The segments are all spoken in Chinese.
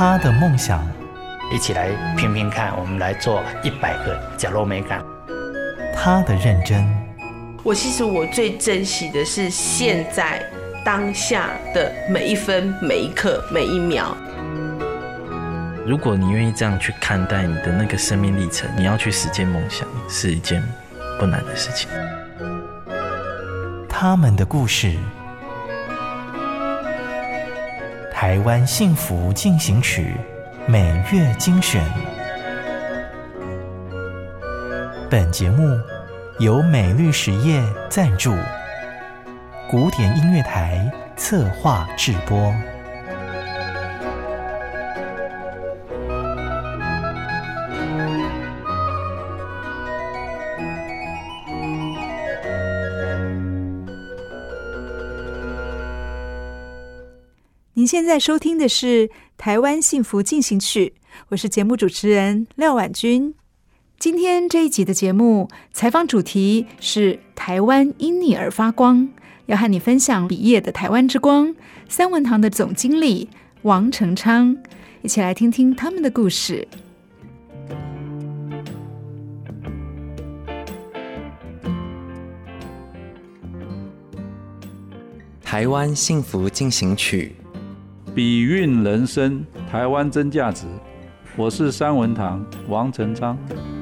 他的梦想， 一起来拼拼看，我们来做100个角落美感。 他的认真， 其实我最珍惜的是现在当下的每一分每一刻每一秒。 如果你愿意这样去看待你的那个生命历程，你要去实践梦想是一件不难的事情。 他们的故事，台湾幸福进行曲每月精选。本节目由美律实业赞助，古典音乐台策划制播。 您现在收听的是《台湾幸福进行曲》，我是节目主持人廖婉君。今天这一集的节目采访主题是台湾因你而发光，要和你分享毕业的台湾之光三文堂的总经理王成昌，一起来听听他们的故事。 台湾幸福进行曲， 比运人生，台湾真价值。我是三文堂王成昌。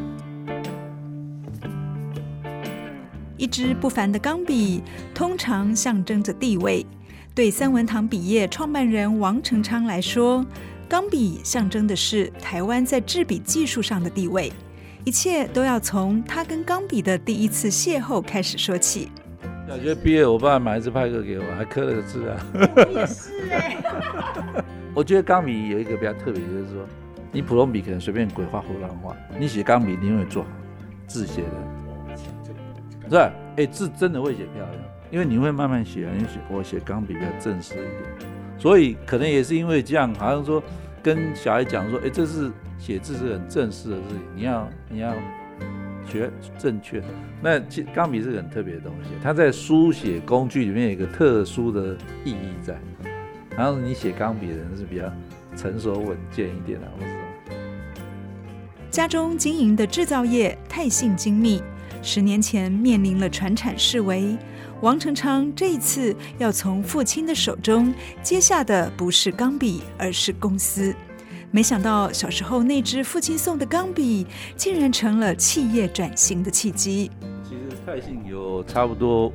一支不凡的钢笔通常象征着地位，对三文堂笔业创办人王成昌来说，钢笔象征的是台湾在制笔技术上的地位。一切都要从他跟钢笔的第一次邂逅开始说起。 小学毕业，我爸买一支派克给我，还刻了个字啊。 我也是我觉得钢笔有一个比较特别，就是说，你普通笔可能随便鬼画胡乱画，你写钢笔你永远做好，字写的，是吧？字真的会写漂亮，因为你会慢慢写啊。我写钢笔比较正式一点，所以可能也是因为这样，好像说跟小孩讲说，这是写字是很正式的事情，你要学正确。那钢笔是很特别的东西，它在书写工具里面有一个特殊的意义在。然后你写钢笔的人是比较成熟稳健一点啊，或者什么。 家中经营的制造业太性精密，10年前面临了传产式微。王成昌这一次要从父亲的手中接下的不是钢笔，而是公司。没想到小时候那支父亲送的钢笔，竟然成了企业转型的契机。 其实泰信有差不多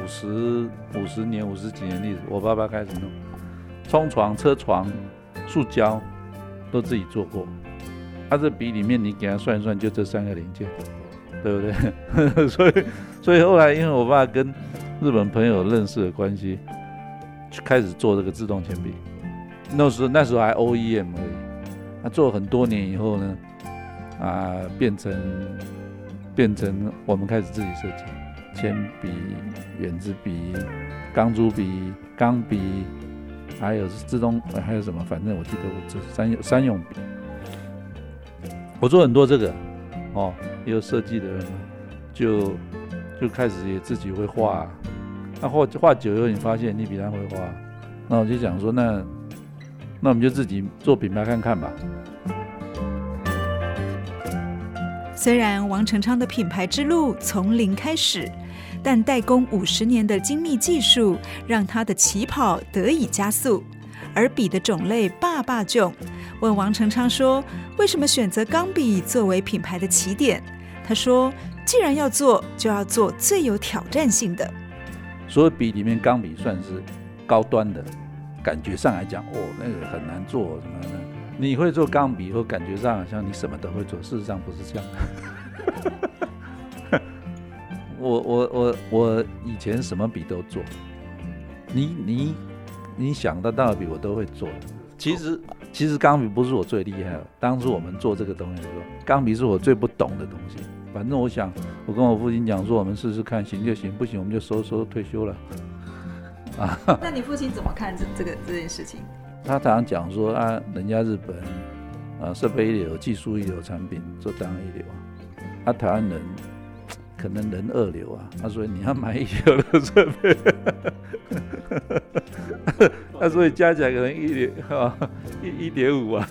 50年、50几年历史。我爸爸开始弄冲床、车床、塑胶都自己做过。他这笔里面你给他算一算，就这3个零件，对不对？所以后来因为我爸跟日本朋友认识的关系，就开始做这个自动铅笔。那时候还 OEM 而已。他做了很多年以后呢，变成我们开始自己设计铅笔、圆珠笔、钢珠笔、钢笔，还有自动，还有什么？反正我记得我这三用笔，我做很多这个也有设计的人就开始也自己会画，那画久以后，你发现你比他会画，那我就想说那我们就自己做品牌看看吧。 虽然王成昌的品牌之路从零开始，但代工50年的精密技术让他的起跑得以加速。而笔的种类爸囧，问王成昌说，为什么选择钢笔作为品牌的起点？他说，既然要做，就要做最有挑战性的。 所有笔里面，钢笔算是高端的。感觉上来讲，那个很难做什么的。你会做钢笔，或感觉上好像你什么都会做，事实上不是这样。我以前什么笔都做，你想得到的笔我都会做。其实钢笔不是我最厉害的，当初我们做这个东西的时候，钢笔是我最不懂的东西。反正我想，我跟我父亲讲说，我们试试看，行就行，不行我们就收退休了。 那你父亲怎么看这件事情？ 他常常讲说人家日本设备一流、技术一流产品做当然一流台湾人可能人2流他说你要买1流的设备， 所以加起来可能1.5啊。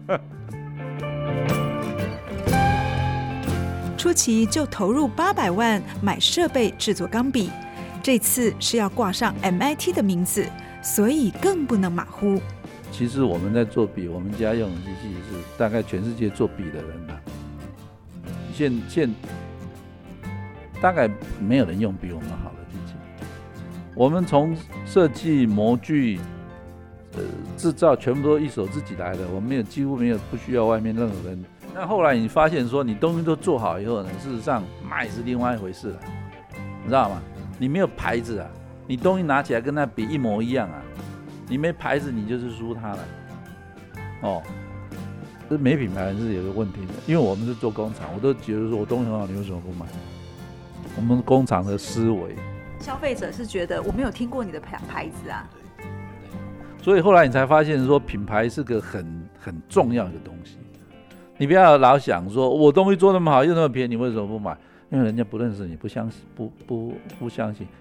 初期就投入800万买设备制作钢笔，这次是要挂上 MIT 的名字，所以更不能马虎。 其实我们在做笔，我们家用的机器是大概全世界做笔的人了。现大概没有人用比我们好的机器。我们从设计模具、制造全部都一手自己来的，我们几乎没有不需要外面任何人。那后来你发现说你东西都做好以后呢，事实上卖是另外一回事了，你知道吗？你没有牌子啊，你东西拿起来跟那笔一模一样啊，你没牌子你就是输他了。哦，这没品牌是有个问题的，因为我们是做工厂，我都觉得说我东西很好，你为什么不买？我们工厂的思维， 消费者是觉得我没有听过你的牌子啊， 所以后来你才发现说品牌是个很重要的东西。你不要老想说我东西做那么好又那么便宜，你为什么不买？因为人家不认识你，不相信，不相信。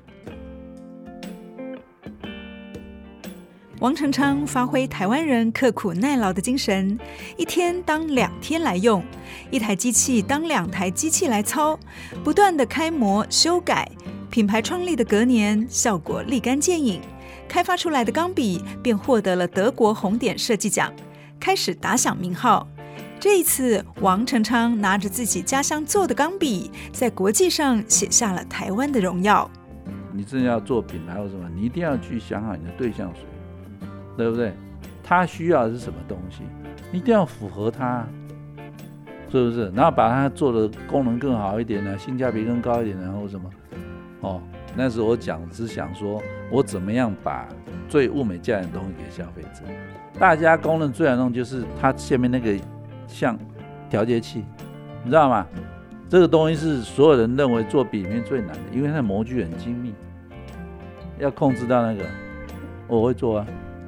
王成昌发挥台湾人刻苦耐劳的精神，一天当2天来用，一台机器当2台机器来操，不断的开模修改。品牌创立的隔年，效果立竿见影，开发出来的钢笔便获得了德国红点设计奖，开始打响名号。这一次，王成昌拿着自己家乡做的钢笔，在国际上写下了台湾的荣耀。 你真的要做品牌或什么，你一定要去想好你的对象谁，对不对？他需要的是什么东西，你一定要符合他，是不是？然后把它做的功能更好一点呢，性价比更高一点，然后什么？哦，那时候我只想说，我怎么样把最物美价廉的东西给消费者。大家公认最难弄就是它下面那个像调节器，你知道吗？这个东西是所有人认为做笔里面最难的，因为它的模具很精密，要控制到那个，我会做啊。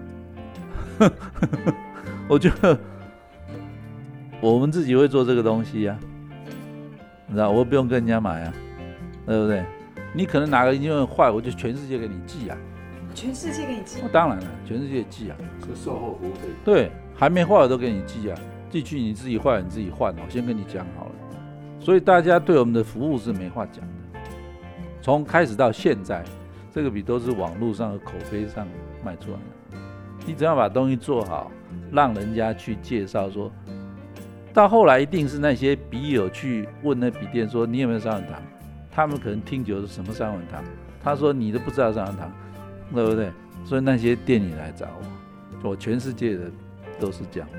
我觉得我们自己会做这个东西啊，你知道，我不用跟人家买啊，对不对？你可能哪个零件坏，我就全世界给你寄啊。 全世界给你寄？ 当然了，全世界寄啊。 是售后服务费。 对，还没坏我都给你寄啊，寄去你自己坏你自己换，我先跟你讲好了。所以大家对我们的服务是没话讲的。从开始到现在，这个笔都是网络上和口碑上卖出来的。你只要把东西做好，让人家去介绍说，到后来一定是那些笔友去问那笔店说你有没有三文堂，他们可能听久了什么三文堂，他说你都不知道三文堂，对不对？所以那些店里来找我全世界的都是这样。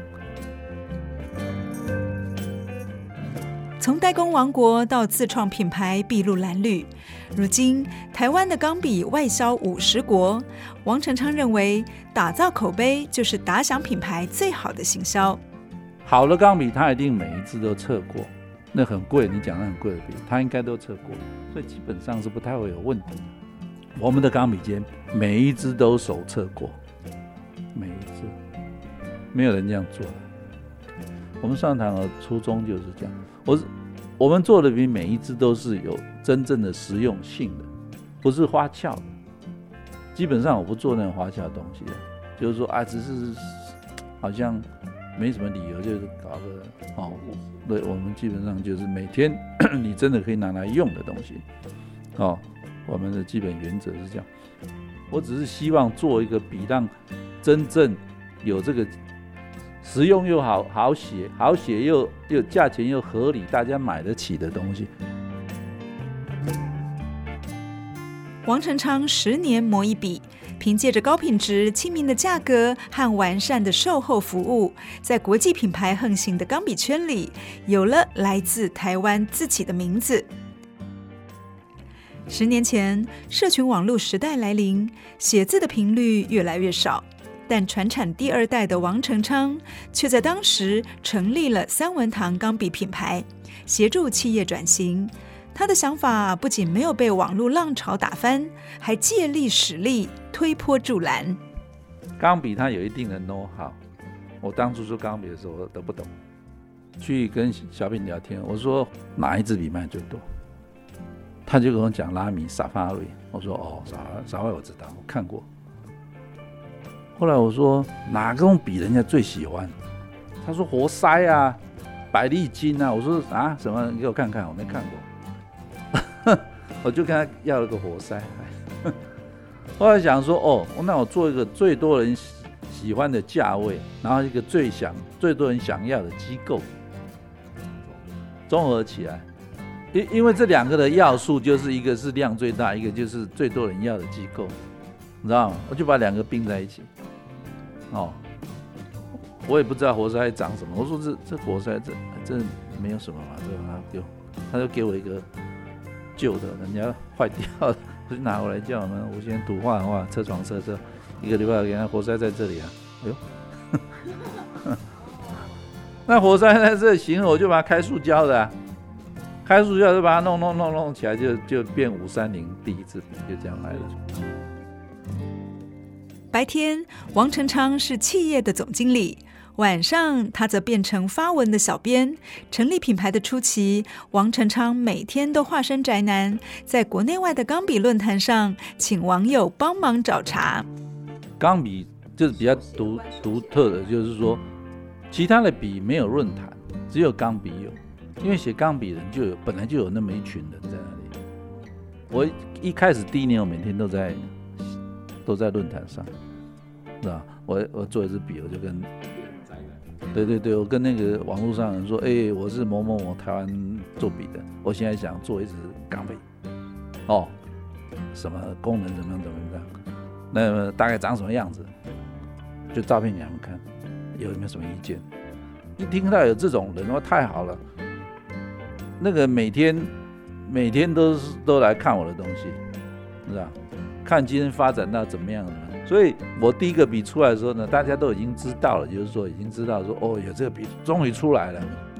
从代工王国到自创品牌筚路蓝缕，如今台湾的钢笔外销50国。王成昌认为，打造口碑就是打响品牌最好的行销。 好的钢笔，它一定每一支都测过，那很贵，你讲那很贵的笔，它应该都测过，所以基本上是不太会有问题。我们的钢笔尖每一支都手测过，每一支，没有人这样做的。我们上堂的初衷就是这样。我们做的笔每一支都是有真正的实用性的，不是花俏的。基本上我不做那种花俏的东西的，就是说只是好像没什么理由，就是搞个对，我们基本上就是每天你真的可以拿来用的东西。我们的基本原则是这样。我只是希望做一个笔，让真正有这个实用又好写又价钱又合理，大家买得起的东西。 王成昌10年磨一笔，凭借着高品质、亲民的价格和完善的售后服务，在国际品牌横行的钢笔圈里，有了来自台湾自己的名字。10年前，社群网络时代来临，写字的频率越来越少。但传产第2代的王成昌却在当时成立了三文堂钢笔品牌，协助企业转型。他的想法不仅没有被网络浪潮打翻，还借力使力，推波助澜。 钢笔它有一定的 know how， 我当初做钢笔的时候我都不懂，去跟小品聊天，我说哪一支笔卖最多，他就跟我讲拉米、萨发瑞，我说萨发瑞我知道，我看过。 后来我说哪种笔人家最喜欢？他说活塞啊，百利金啊。我说啊什么？你给我看看，我没看过。我就跟他要了个活塞。后来想说哦，那我做一个最多人喜欢的价位，然后一个最多人想要的机构，综合起来。因为这两个的要素就是一个是量最大，一个就是最多人要的机构，你知道吗？我就把两个并在一起。哦，我也不知道活塞长什么。我说这活塞这没有什么嘛，他就给我一个旧的，人家坏掉了，我就拿回来叫我们无线图画的话，车床车一个礼拜给他活塞在这里啊。哎呦，那活塞在这行，我就把它开塑胶的啊。开塑胶就把它弄起来，就变530第一支笔，就这样来了。 白天，王成昌是企业的总经理，晚上他则变成发文的小编。成立品牌的初期，王成昌每天都化身宅男，在国内外的钢笔论坛上请网友帮忙找茬。 钢笔就是比较独特的，就是说其他的笔没有论坛，只有钢笔有。因为写钢笔人本来就有那么一群人在那里。我一开始第一年，我每天都在论坛上，是吧？我做一支笔，我就跟对，我跟那个网络上人说，我是某某某台湾做笔的，我现在想做一支钢笔，哦，什么功能怎么样，那大概长什么样子，就照片给他们看，有没有什么意见？一听到有这种人，哇，太好了。那个每天都来看我的东西，是吧？看今天发展到怎么样了。所以我第一个笔出来的时候呢，大家都已经知道了，就是说已经知道说哦，有这个笔终于出来了。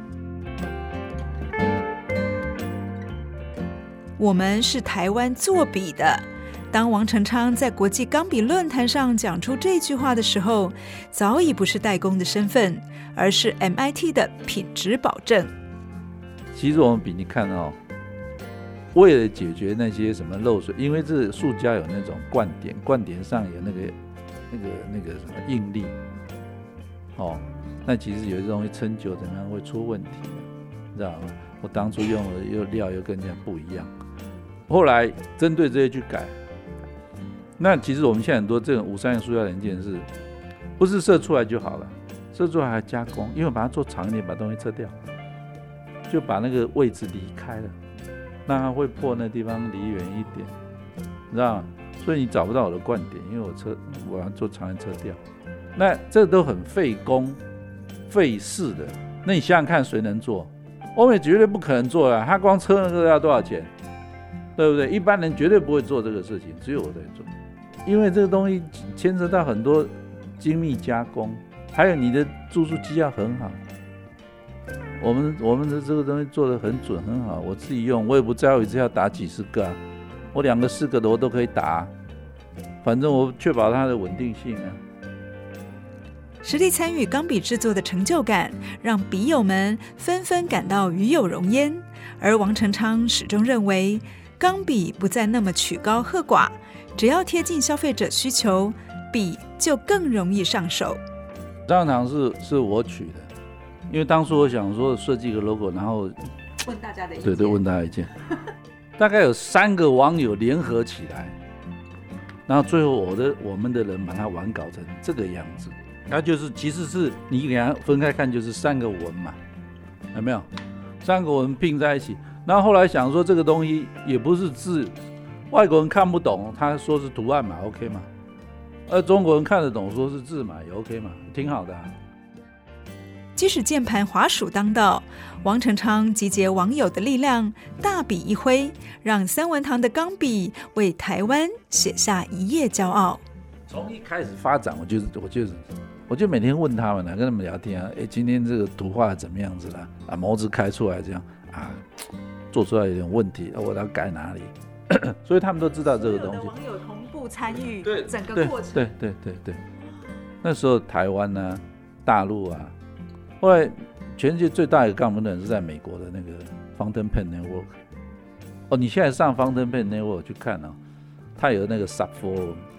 我们是台湾做笔的。当王成昌在国际钢笔论坛上讲出这句话的时候，早已不是代工的身份，而是 MIT 的品质保证。 其实我们笔你看哦，为了解决那些什么漏水，因为这塑胶有那种灌点上有那个什么应力，哦，那其实有些东西撑久怎么样会出问题，你知道吗？我当初用的料又跟人家不一样，后来针对这些去改。那其实我们现在很多这种530塑胶零件是不是射出来就好了？射出来还加工，因为把它做长一点，把东西撤掉。就把那个位置离开了，让它会破那地方离远一点，你知道吗？所以你找不到我的灌点，因为我要做长线撤掉，那这都很费工费事的。那你想想看，谁能做？欧美绝对不可能做了，他光车那个要多少钱，对不对？一般人绝对不会做这个事情，只有我在做，因为这个东西牵扯到很多精密加工，还有你的注塑机要很好。我们的这个东西做得很准很好，我自己用，我也不在乎一次要打几十个啊，我2个4个的我都可以打，反正我确保它的稳定性啊。 实地参与钢笔制作的成就感，让笔友们纷纷感到与有荣焉。而王成昌始终认为，钢笔不再那么曲高和寡，只要贴近消费者需求，笔就更容易上手。 张堂是我取的。因为当初我想说设计一个 logo， 然后问大家的意见， 对，问大家意见，大概有3个网友联合起来，然后最后我们的人把它完稿成这个样子。它就是其实是你给它分开看，就是3个文嘛，有没有？3个文拼在一起，然后后来想说这个东西也不是字，外国人看不懂，他说是图案嘛 ，OK 嘛？而中国人看得懂，说是字嘛，也 OK 嘛，挺好的啊。 即使键盘滑鼠当道，王成昌集结网友的力量，大笔一挥，让三文堂的钢笔为台湾写下一页骄傲。 从一开始发展，我就每天问他们跟他们聊天啊，今天这个图画怎么样子了？啊，模子开出来这样啊，做出来有点问题，我要改哪里？所以他们都知道这个东西。 网友同步参与整个过程。 对。那时候台湾啊，大陆啊。后来，全世界最大的钢笔人是在美国的那个 Fountain Pen Network。哦，你现在上 Fountain Pen Network 去看哦，它有那个 Subforum，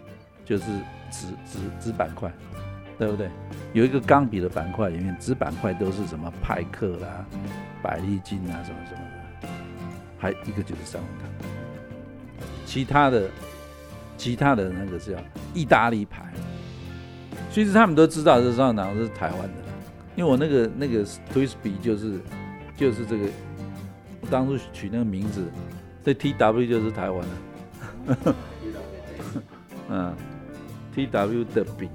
就是纸板块，对不对？有一个钢笔的板块里面，纸板块都是什么派克啦、百利金啊什么什么的，还一个就是三文汤。其他的那个叫意大利牌，其实他们都知道这三文汤是台湾的，因为我那个 Twisby 就是这个，我当初取那个名字，这 TW 就是台湾的，TW 的笔。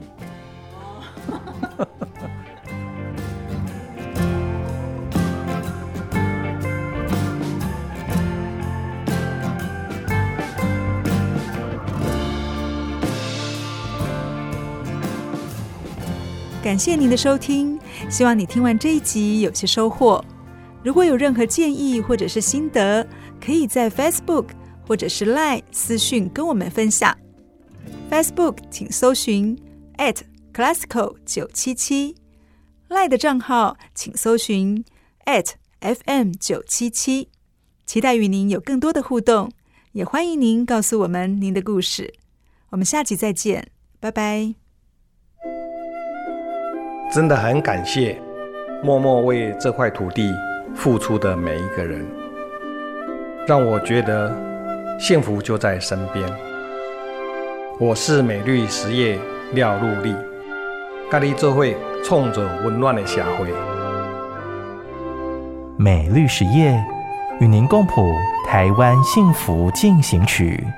感谢您的收听，希望你听完这一集有些收获。如果有任何建议或者是心得，可以在 Facebook 或者是 LINE 私讯跟我们分享。Facebook 请搜寻 @classical977， LINE 的账号请搜寻 @FM977。期待与您有更多的互动，也欢迎您告诉我们您的故事。我们下集再见，拜拜。 真的很感谢默默为这块土地付出的每一个人，让我觉得幸福就在身边。我是美绿实业廖陆力，跟你做伙创造温暖的社会。 美绿实业与您共谱台湾幸福进行曲。